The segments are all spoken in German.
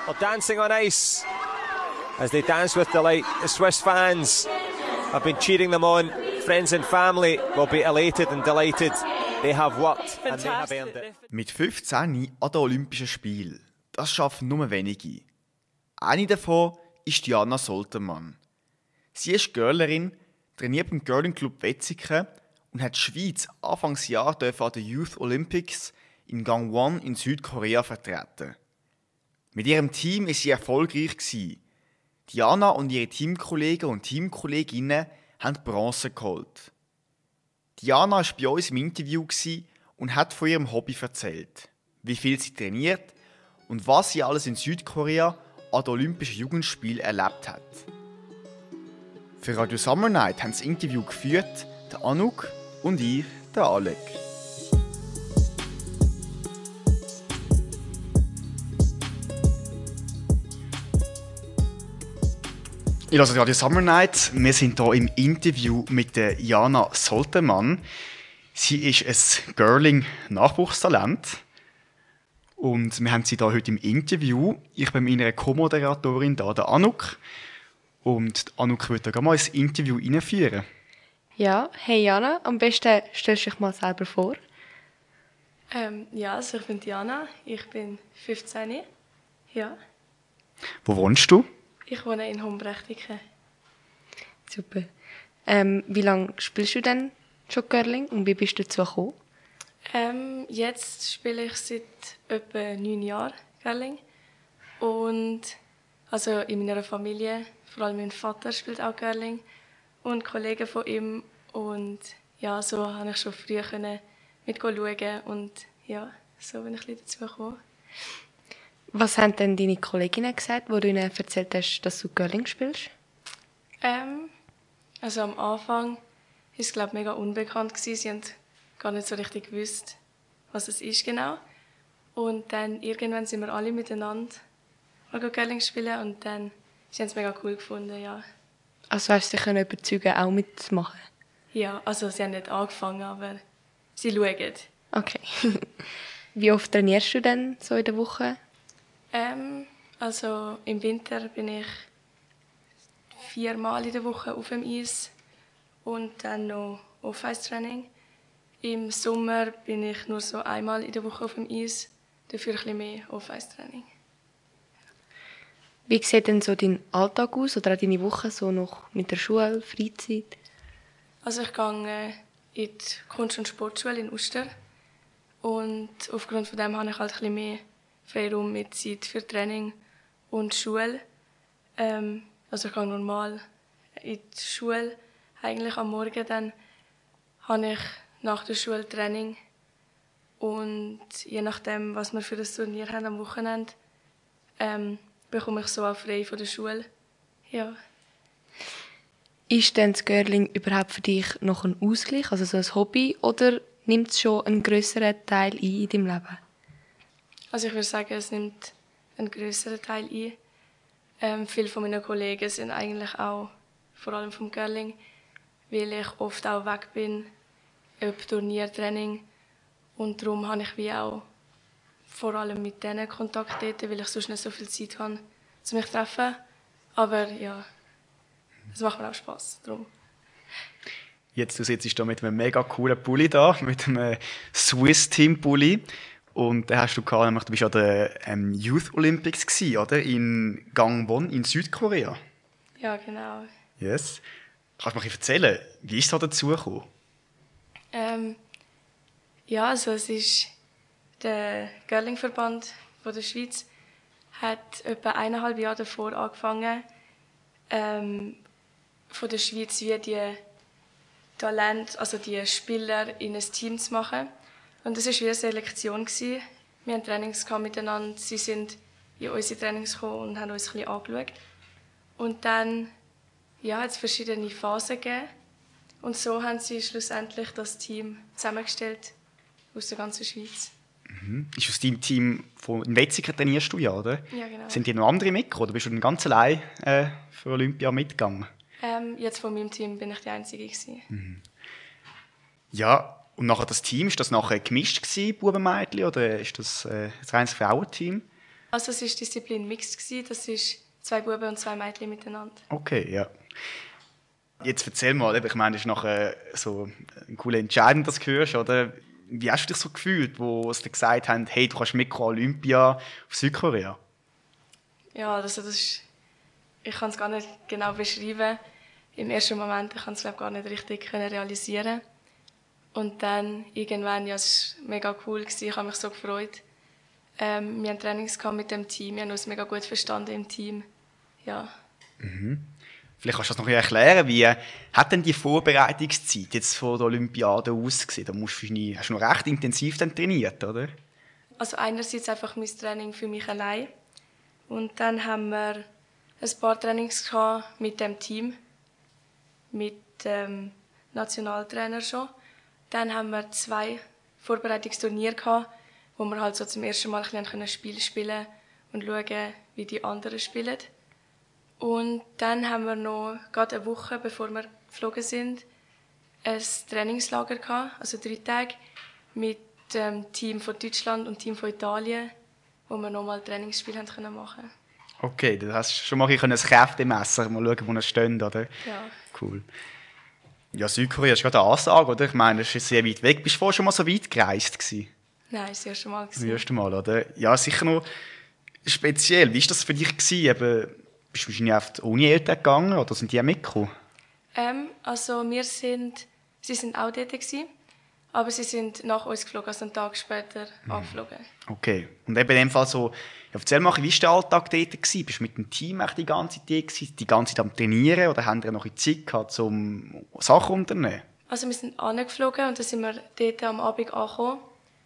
are dancing on ice as they dance with delight. The Swiss fans have been cheering them on. Friends and family will be elated and delighted. They have worked and they have earned it. Mit 15 an den Olympischen Spielen. Das schaffen nur wenige. Eine davon ist Diana Soltermann. Sie ist Girlerin, trainiert beim Girling Club Wetzikon und hat die Schweiz Anfangsjahr an den Youth Olympics in Gangwon in Südkorea vertreten. Mit ihrem Team war sie erfolgreich. Diana und ihre Teamkollegen und Teamkolleginnen haben Bronze geholt. Diana war bei uns im Interview und hat von ihrem Hobby erzählt, wie viel sie trainiert und was sie alles in Südkorea an den Olympischen Jugendspielen erlebt hat. Für Radio Summer Night haben das Interview geführt der Anouk und ich, der Alec. Ich höre Radio Summer Night. Wir sind hier im Interview mit der Diana Soltermann. Sie ist ein Girling-Nachwuchstalent. Und wir haben sie hier heute im Interview. Ich bin mit meiner Co-Moderatorin hier, der Anouk. Und Anouk wird da mal ins Interview einführen. Ja, hey Jana, am besten stellst du dich mal selber vor. Also ich bin Diana, ich bin 15. Ja. Wo wohnst du? Ich wohne in Humbrechtingen. Super. Wie lange spielst du denn schon Girling und wie bist du dazu gekommen? Jetzt spiele ich seit etwa 9 Jahren Girling. Und also in meiner Familie, vor allem mein Vater spielt auch Girling und Kollegen von ihm. Und ja, so konnte ich schon früh mitschauen und ja, so bin ich ein bisschen dazu gekommen. Was haben denn deine Kolleginnen gesagt, wo du ihnen erzählt hast, dass du Girling spielst? Also am Anfang war es, glaube ich, mega unbekannt. Sie haben gar nicht so richtig gewusst, was es ist genau. Und dann irgendwann sind wir alle miteinander Girling spielen und dann sie haben es mega cool gefunden, ja. Also hast du dich überzeugen, auch mitzumachen? Ja, also sie haben nicht angefangen, aber sie schauen. Okay. Wie oft trainierst du denn so in der Woche? Also im Winter bin ich 4-mal in der Woche auf dem Eis und dann noch Off-Ice-Training. Im Sommer bin ich nur so einmal in der Woche auf dem Eis, dafür ein bisschen mehr Off-Ice-Training. Wie sieht denn so dein Alltag aus oder auch deine Woche so noch mit der Schule, Freizeit? Also ich gehe in die Kunst- und Sportschule in Uster und aufgrund von dem habe ich halt ein bisschen mehr Freiraum mit Zeit für Training und Schule. Also ich gehe normal in die Schule, eigentlich am Morgen, dann habe ich nach der Schule Training und je nachdem, was wir für das Turnier haben am Wochenende, bekomme ich so auch frei von der Schule. Ja. Ist denn das Girling überhaupt für dich noch ein Ausgleich, also so ein Hobby, oder nimmt es schon einen grösseren Teil ein in deinem Leben? Also ich würde sagen, es nimmt einen grösseren Teil ein. Viele von meinen Kollegen sind eigentlich auch, vor allem vom Girling, weil ich oft auch weg bin, ob Turniertraining. Und darum habe ich wie auch vor allem mit denen Kontakt dort, weil ich sonst nicht so viel Zeit habe, mich zu treffen. Aber ja, es macht mir auch Spass. Darum. Jetzt, du sitzt hier mit einem mega coolen Pulli da, mit einem Swiss-Team-Pulli. Und den hast du gehabt, nämlich, du bist an den Youth Olympics gewesen, oder? In Gangwon in Südkorea. Ja, genau. Yes. Kannst du mir erzählen, wie ist es da dazu gekommen? Ja, also es ist der Girling-Verband von der Schweiz hat etwa 1,5 Jahre davor angefangen, von der Schweiz wie die Talente, also die Spieler in ein Team zu machen. Und das war wie eine Selektion. Wir hatten Trainings miteinander, sie sind in unsere Trainings gekommen und haben uns ein bisschen angeschaut. Und dann hat es verschiedene Phasen gegeben. Und so haben sie schlussendlich das Team zusammengestellt aus der ganzen Schweiz. Mhm. Ist aus deinem Team von Wetzikon trainierst du ja, oder? Ja, genau. Sind die noch andere mitgekommen oder bist du dann ganz allein für Olympia mitgegangen? Jetzt von meinem Team bin ich die Einzige. Mhm. Ja, und nachher das Team, ist das nachher gemischt gewesen, Buben, Mädchen, oder ist das ein reines Frauenteam? Also es war Disziplin Mixed, das ist 2 Buben und 2 Mädchen miteinander. Okay, ja. Jetzt erzähl mal, ich meine, das ist nachher so ein cooler Entscheid, wenn du das hörst, oder? Wie hast du dich so gefühlt, wo sie dir gesagt haben, hey, du kannst mitkommen Olympia auf Südkorea? Ja, also ich kann es gar nicht genau beschreiben. Im ersten Moment ich konnte es gar nicht richtig realisieren. Und dann irgendwann, ja, es war mega cool, ich habe mich so gefreut. Wir hatten Trainings mit dem Team, wir haben uns mega gut verstanden im Team. Ja. Vielleicht kannst du das noch erklären, wie hat denn die Vorbereitungszeit jetzt vor der Olympiade ausgesehen? Da hast du noch recht intensiv dann trainiert, oder? Also einerseits einfach mein Training für mich allein. Und dann haben wir ein paar Trainings mit dem Team, mit dem Nationaltrainer schon. Dann haben wir 2 Vorbereitungsturniere gehabt, wo wir halt so zum ersten Mal ein Spiel spielen und schauen, wie die anderen spielen. Und dann haben wir noch, gerade eine Woche bevor wir geflogen sind, ein Trainingslager gehabt, also 3 Tage, mit dem Team von Deutschland und dem Team von Italien, wo wir nochmal Trainingsspiele machen konnten. Okay, du hast schon mal ein Kräftemessen, mal schauen, wo er steht, oder? Ja. Cool. Ja, Südkorea ist gerade eine Ansage, oder? Ich meine, das ist sehr weit weg. Bist du vorher schon mal so weit gereist gewesen? Nein, das erste Mal. Das erste Mal, oder? Ja, sicher noch speziell. Wie war das für dich gewesen? Eben, bist du wahrscheinlich auf die Uni-Eltern gegangen oder sind die auch mitgekommen? Also sie sind auch dort gewesen, aber sie sind nach uns geflogen, also einen Tag später angeflogen. Okay. Und eben in dem Fall so, ja, erzähl mal, wie war der Alltag dort gewesen? Bist du mit dem Team echt die ganze Zeit gewesen, die ganze Zeit am Trainieren oder haben die noch Zeit gehabt, um Sachen unternehmen? Also wir sind angeflogen und dann sind wir dort am Abend angekommen.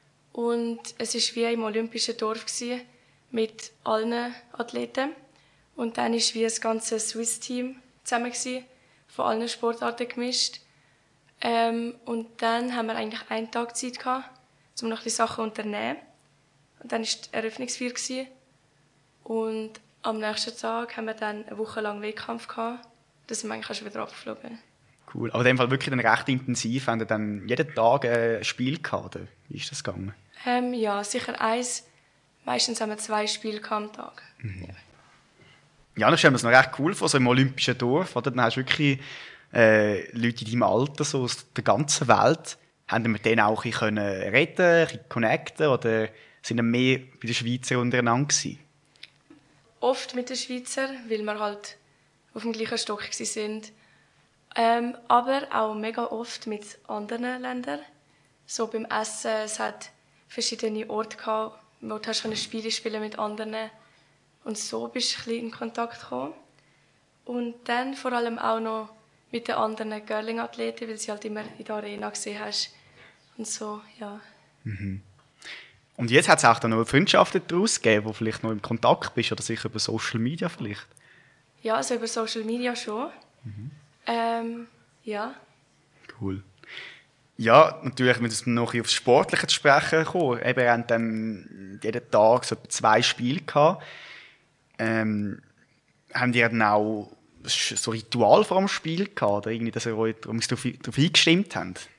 Und es war wie im Olympischen Dorf gewesen, mit allen Athleten. Und dann war wie das ganze Swiss-Team zusammen gewesen, von allen Sportarten gemischt. Und dann haben wir eigentlich einen Tag Zeit gehabt, um noch ein bisschen Sachen zu unternehmen. Und dann war die Eröffnungsfeier gewesen. Und am nächsten Tag haben wir dann eine Woche lang Wettkampf gehabt. Da sind wir eigentlich auch schon wieder abgeflogen. Cool. Aber in dem Fall wirklich dann recht intensiv. Haben ihr dann jeden Tag ein Spiel gehabt? Oder? Wie ist das gegangen? Ja, sicher eins. Meistens haben wir 2 Spiele am Tag. Ja. Ja, das stellen wir uns noch recht cool vor, so im Olympischen Dorf. Oder? Dann hast du wirklich Leute in deinem Alter, so aus der ganzen Welt. Haben wir mit denen auch ein bisschen reden, ein bisschen connecten? Oder sind dann mehr bei den Schweizern untereinander gewesen? Oft mit den Schweizer, weil wir halt auf dem gleichen Stock waren. Aber auch mega oft mit anderen Ländern. So beim Essen, es hat verschiedene Orte gehabt, wo du Spiele spielen mit anderen. Und so bist du ein bisschen in Kontakt gekommen. Und dann vor allem auch noch mit den anderen Girling-Athleten, weil sie halt immer in der Arena gesehen hast. Und so, ja. Und jetzt hat es auch dann noch Freundschaften daraus gegeben, wo du vielleicht noch im Kontakt bist oder sicher über Social Media vielleicht? Ja, also über Social Media schon. Ja. Cool. Ja, natürlich, wenn wir noch aufs Sportliche zu sprechen kommen. Eben, wir haben dann jeden Tag so 2 Spiele gehabt. Haben die dann auch so Ritual vor dem Spiel gehabt, oder irgendwie, dass ihr euch darauf eingestimmt habt?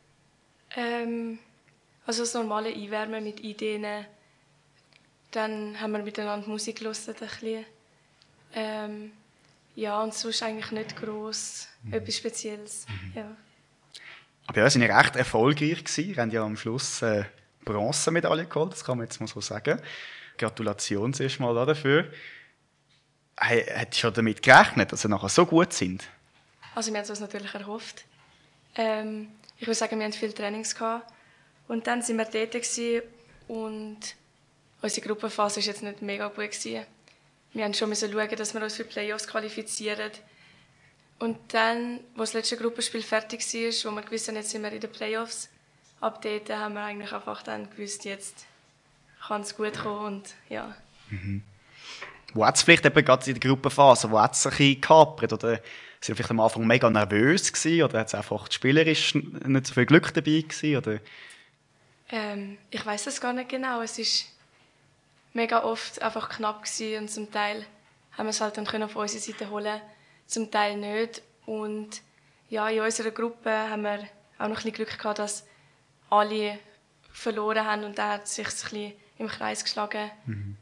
Also das normale Einwärmen mit Ideen. Dann haben wir miteinander Musik gehört, ein bisschen. Ja, und sonst eigentlich nicht gross etwas Spezielles. Ja. Aber ja, sie waren recht erfolgreich gewesen. Sie haben ja am Schluss Bronzemedaille geholt, das kann man jetzt mal so sagen. Gratulation zuerst mal dafür. Hättest du schon damit gerechnet, dass sie nachher so gut sind? Also wir haben es uns natürlich erhofft. Ich würde sagen, wir hatten viele Trainings gehabt. Und dann waren wir dort gewesen und unsere Gruppenphase war jetzt nicht mega gut gewesen. Wir mussten schon schauen, dass wir uns für die Playoffs qualifizieren. Und dann, als das letzte Gruppenspiel fertig war, wo wir gewusst haben, jetzt sind wir in den Playoffs, ab dort haben wir eigentlich einfach dann gewusst, jetzt kann es gut kommen und ja. Wo hat es vielleicht eben gerade in der Gruppenphase, wo hat es ein bisschen gehapert? Oder sind Sie vielleicht am Anfang mega nervös gewesen? Oder hat es einfach spielerisch nicht so viel Glück dabei gewesen? Oder? Ich weiss das gar nicht genau. Es war mega oft einfach knapp gewesen und zum Teil haben wir es halt dann auf unsere Seite holen, zum Teil nicht. Und ja, in unserer Gruppe haben wir auch noch ein bisschen Glück gehabt, dass alle verloren haben und dann hat es sich ein bisschen im Kreis geschlagen.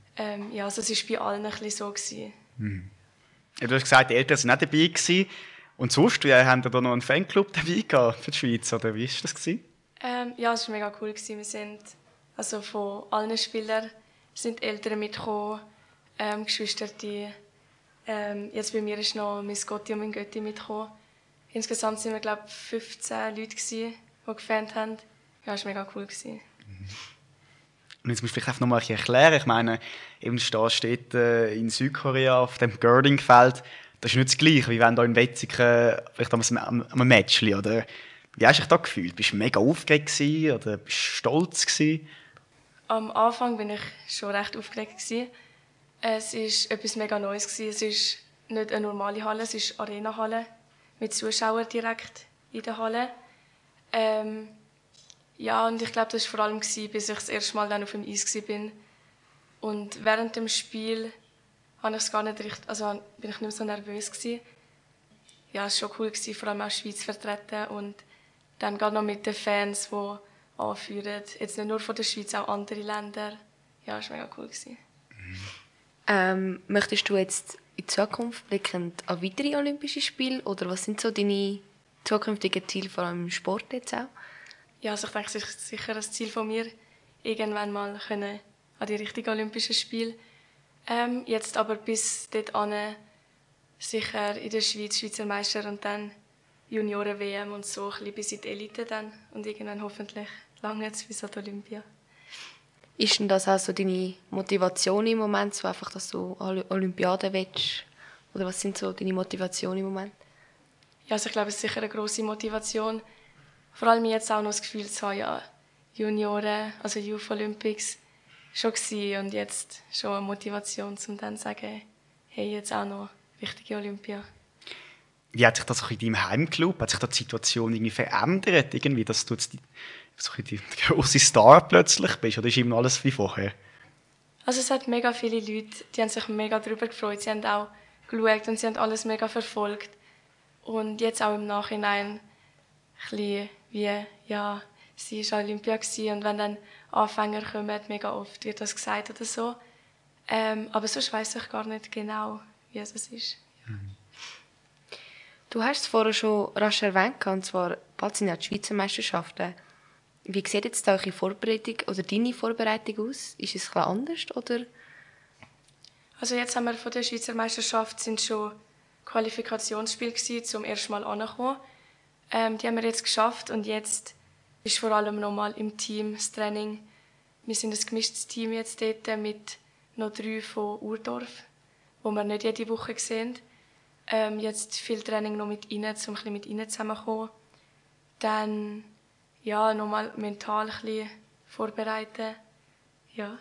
Ja, also es war bei allen ein bisschen so gewesen. Ja, du hast gesagt, die Eltern waren nicht dabei gewesen. Und sonst, haben da noch einen Fanclub dabei gehabt für die Schweiz, oder wie war das gewesen? Ja, es war mega cool gewesen. Wir sind, also von allen Spielern sind Eltern mitgekommen, Geschwister, die jetzt bei mir ist noch mein Gotti und mein Götti mitgekommen. Insgesamt waren wir, glaube ich, 15 Leute gewesen, die gefans haben. Ja, es war mega cool gewesen. Und jetzt musst du vielleicht einfach noch mal erklären. Ich meine, eben steht in Südkorea auf dem Girding-Feld. Das ist nicht das Gleiche, wie wenn du in Wetzikon vielleicht am Matchli, oder? Wie hast du dich da gefühlt? Bist du mega aufgeregt gewesen, oder bist du stolz gewesen? Am Anfang war ich schon recht aufgeregt gewesen. Es war etwas mega Neues gewesen. Es ist nicht eine normale Halle, es ist eine Arena-Halle mit Zuschauern direkt in der Halle. Ja, und ich glaube, das war vor allem, bis ich das erste Mal dann auf dem Eis war. Und während dem Spiel habe ich es gar nicht richtig, also bin ich nicht mehr so nervös gewesen. Ja, es war schon cool gewesen, vor allem auch die Schweiz vertreten und dann gerade noch mit den Fans, die anführen. Jetzt nicht nur von der Schweiz, auch andere Länder. Ja, es war mega cool gewesen. Möchtest du jetzt in Zukunft blickend an weitere Olympische Spiele oder was sind so deine zukünftigen Ziele, vor allem im Sport jetzt auch? Ja, also ich denke, es ist sicher ein Ziel von mir, irgendwann mal können an die richtigen Olympischen Spiele. Jetzt aber bis dorthin sicher in der Schweiz Schweizer Meister und dann Junioren-WM und so, ein bisschen bis in die Elite dann und irgendwann hoffentlich lange jetzt bis an die Olympia. Ist denn das auch so deine Motivation im Moment, so einfach, dass du Olympiade willst? Oder was sind so deine Motivationen im Moment? Ja, also ich glaube, es ist sicher eine grosse Motivation. Vor allem jetzt auch noch das Gefühl zu haben, ja, Junioren, also Youth Olympics, schon gewesen und jetzt schon eine Motivation, um dann zu sagen, hey, jetzt auch noch richtige Olympia. Wie hat sich das auch in deinem Heimclub, hat sich da die Situation irgendwie verändert, irgendwie, dass du jetzt so die grosse Star plötzlich bist, oder ist immer alles wie vorher? Also es hat mega viele Leute, die haben sich mega darüber gefreut, sie haben auch geschaut und sie haben alles mega verfolgt. Und jetzt auch im Nachhinein ein bisschen wie, ja, sie war Olympia gewesen, und wenn dann Anfänger kommen, mega oft wird das gesagt oder so. Aber sonst weiss ich gar nicht genau, wie es ist. Ja. Du hast es vorher schon rasch erwähnt, und zwar bald sind ja die Schweizer Meisterschaften. Wie sieht jetzt eure Vorbereitung oder deine Vorbereitung aus? Ist es etwas anders, oder? Also jetzt haben wir von der Schweizer Meisterschaft sind schon Qualifikationsspiele gewesen, zum ersten Mal anzukommen. Die haben wir jetzt geschafft und jetzt ist vor allem nochmal im Team das Training. Wir sind ein gemischtes Team jetzt dort mit noch 3 von Urdorf, wo wir nicht jede Woche sehen. Jetzt viel Training noch mit ihnen, um ein bisschen mit ihnen zusammenzukommen. Dann ja, nochmal mental ein bisschen vorbereiten. Ja.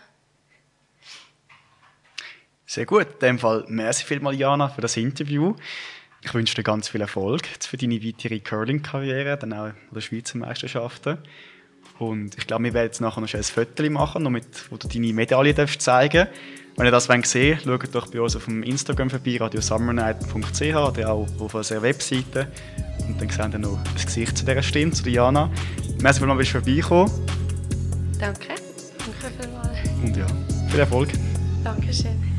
Sehr gut. In dem Fall merci vielmals, Jana, für das Interview. Ich wünsche dir ganz viel Erfolg für deine weitere Curling-Karriere, dann auch an den Schweizer Meisterschaften. Und ich glaube, wir werden jetzt nachher noch ein Foto machen, wo du deine Medaille zeigen darfst. Wenn ihr das sehen wollt, schaut doch bei uns auf dem Instagram vorbei, radiosummernight.ch oder auch auf unserer Webseite. Und dann seht ihr noch das Gesicht zu dieser Stimme, zu Jana. Merci vielmals, bist du vorbeigekommen. Danke. Danke vielmals. Und ja, viel Erfolg. Dankeschön.